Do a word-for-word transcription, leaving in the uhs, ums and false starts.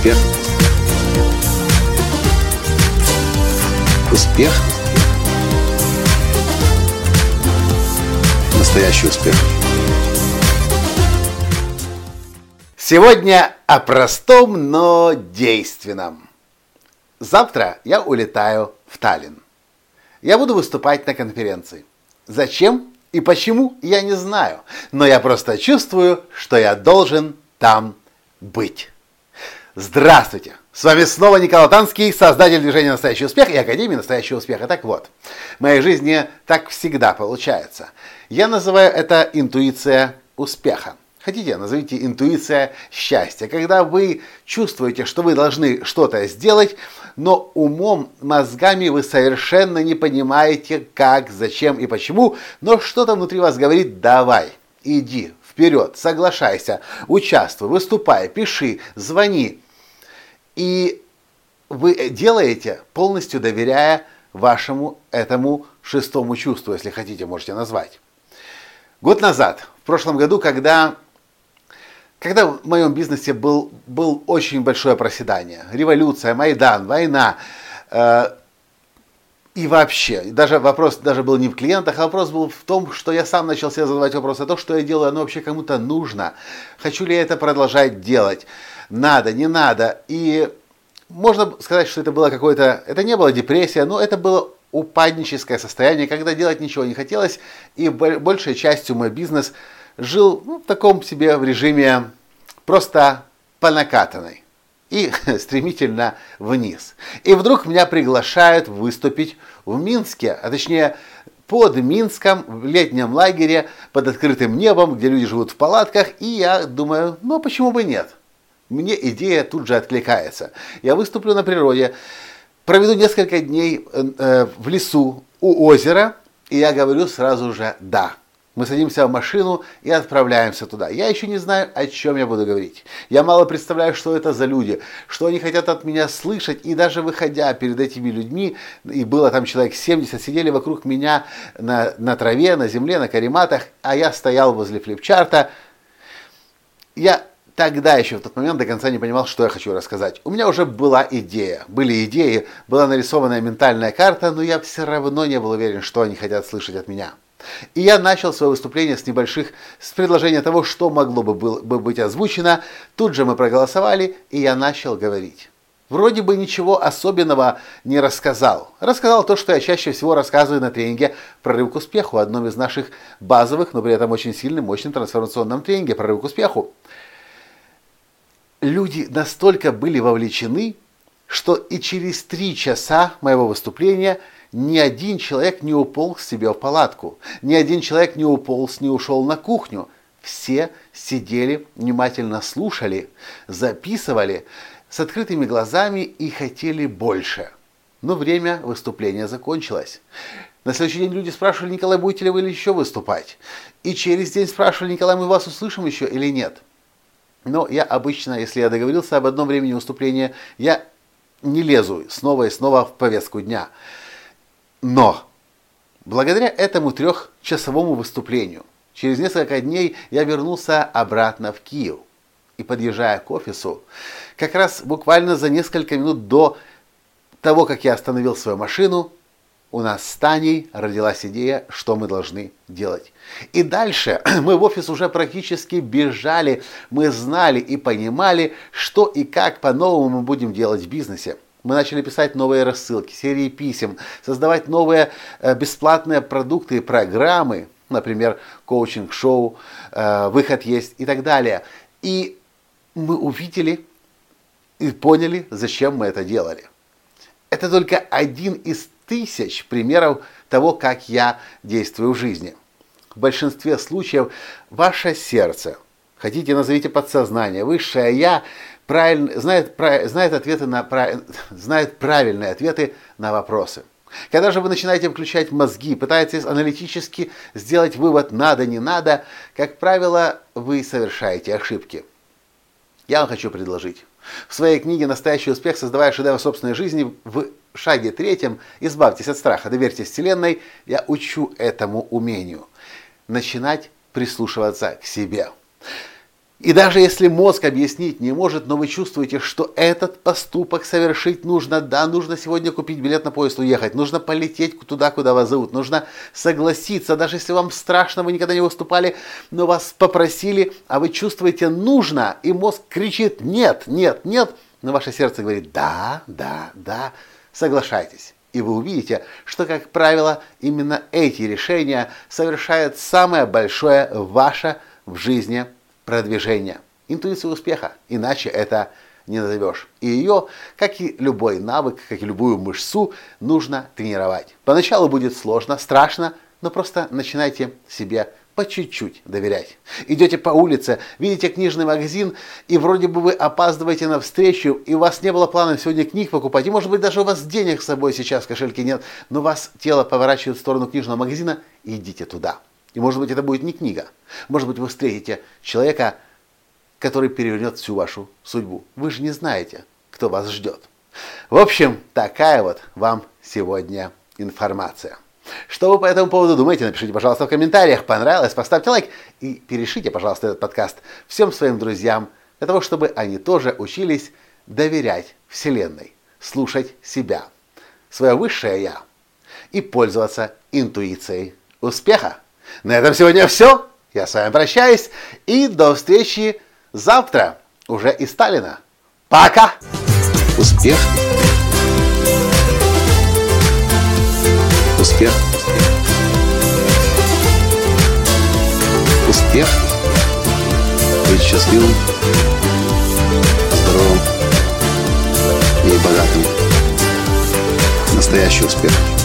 Успех. Успех. Настоящий успех. Сегодня о простом, но действенном. Завтра я улетаю в Таллин. Я буду выступать на конференции. Зачем и почему, я не знаю. Но я просто чувствую, что я должен там быть. Здравствуйте! С вами снова Николай Танский, создатель движения «Настоящий успех» и Академии «Настоящего успеха». Так вот, в моей жизни так всегда получается. Я называю это интуиция успеха. Хотите, назовите интуиция счастья. Когда вы чувствуете, что вы должны что-то сделать, но умом, мозгами вы совершенно не понимаете, как, зачем и почему, но что-то внутри вас говорит: давай, иди вперед, соглашайся, участвуй, выступай, пиши, звони. И вы делаете, полностью доверяя вашему этому шестому чувству, если хотите, можете назвать. Год назад, в прошлом году, когда, когда в моем бизнесе был, был очень большое проседание, революция, Майдан, война, э, и вообще, даже вопрос даже был не в клиентах, а вопрос был в том, что я сам начал себе задавать вопрос: а то, что я делаю, оно вообще кому-то нужно? Хочу ли я это продолжать делать? Надо, не надо. И можно сказать, что это было какое-то, это не было депрессия, но это было упадническое состояние, когда делать ничего не хотелось, и большей частью мой бизнес жил, ну, в таком себе в режиме просто по накатанной и стремительно вниз. И вдруг меня приглашают выступить в Минске, а точнее под Минском, в летнем лагере, под открытым небом, где люди живут в палатках, и я думаю, ну почему бы нет? Мне идея тут же откликается. Я выступлю на природе, проведу несколько дней э, в лесу у озера, и я говорю сразу же «да». Мы садимся в машину и отправляемся туда. Я еще не знаю, о чем я буду говорить. Я мало представляю, что это за люди, что они хотят от меня слышать. И даже выходя перед этими людьми, и было там человек семьдесят, сидели вокруг меня на, на траве, на земле, на карематах, а я стоял возле флипчарта. Я тогда еще в тот момент до конца не понимал, что я хочу рассказать. У меня уже была идея, были идеи, была нарисованная ментальная карта, но я все равно не был уверен, что они хотят слышать от меня. И я начал свое выступление с небольших, с предложения того, что могло бы, был, бы быть озвучено. Тут же мы проголосовали, и я начал говорить. Вроде бы ничего особенного не рассказал. Рассказал то, что я чаще всего рассказываю на тренинге «Прорыв к успеху», одном из наших базовых, но при этом очень сильным, мощным трансформационном тренинге «Прорыв к успеху». Люди настолько были вовлечены, что и через три часа моего выступления ни один человек не уполз себе в палатку, ни один человек не уполз, не ушел на кухню. Все сидели, внимательно слушали, записывали с открытыми глазами и хотели больше. Но время выступления закончилось. На следующий день люди спрашивали: Николай, будете ли вы еще выступать? И через день спрашивали: Николай, мы вас услышим еще или нет? Но я обычно, если я договорился об одном времени выступления, я не лезу снова и снова в повестку дня. Но благодаря этому трехчасовому выступлению через несколько дней я вернулся обратно в Киев. И подъезжая к офису, как раз буквально за несколько минут до того, как я остановил свою машину, у нас с Таней родилась идея, что мы должны делать. И дальше мы в офис уже практически бежали, мы знали и понимали, что и как по-новому мы будем делать в бизнесе. Мы начали писать новые рассылки, серии писем, создавать новые э, бесплатные продукты и программы, например, коучинг-шоу, э, выход есть и так далее. И мы увидели и поняли, зачем мы это делали. Это только один из тысяч примеров того, как я действую в жизни. В большинстве случаев ваше сердце, хотите назовите подсознание, высшее я, правильно, знает, знает, ответы на, знает правильные ответы на вопросы. Когда же вы начинаете включать мозги, пытаетесь аналитически сделать вывод надо, не надо, как правило, вы совершаете ошибки. Я вам хочу предложить. В своей книге «Настоящий успех. Создавая шедевр собственной жизни» в шаге третьем «Избавьтесь от страха, доверьтесь Вселенной» я учу этому умению. Начинать прислушиваться к себе. И даже если мозг объяснить не может, но вы чувствуете, что этот поступок совершить нужно, да, нужно сегодня купить билет на поезд, уехать, нужно полететь туда, куда вас зовут, нужно согласиться, даже если вам страшно, вы никогда не выступали, но вас попросили, а вы чувствуете нужно, и мозг кричит нет, нет, нет, но ваше сердце говорит да, да, да, соглашайтесь. И вы увидите, что, как правило, именно эти решения совершают самое большое ваше в жизни продвижение. Интуиция успеха. Иначе это не назовешь. И ее, как и любой навык, как и любую мышцу, нужно тренировать. Поначалу будет сложно, страшно, но просто начинайте себе по чуть-чуть доверять. Идете по улице, видите книжный магазин, и вроде бы вы опаздываете на встречу, и у вас не было плана сегодня книг покупать, и может быть даже у вас денег с собой сейчас в кошельке нет, но вас тело поворачивает в сторону книжного магазина, и идите туда. И может быть это будет не книга, может быть вы встретите человека, который перевернет всю вашу судьбу. Вы же не знаете, кто вас ждет. В общем, такая вот вам сегодня информация. Что вы по этому поводу думаете, напишите, пожалуйста, в комментариях. Понравилось? Поставьте лайк и перешлите, пожалуйста, этот подкаст всем своим друзьям, для того, чтобы они тоже учились доверять Вселенной, слушать себя, свое высшее Я и пользоваться интуицией успеха. На этом сегодня все. Я с вами прощаюсь и до встречи завтра уже из Сталина. Пока! Успех! Успех. Успех. Быть счастливым, здоровым и богатым. Настоящий успех.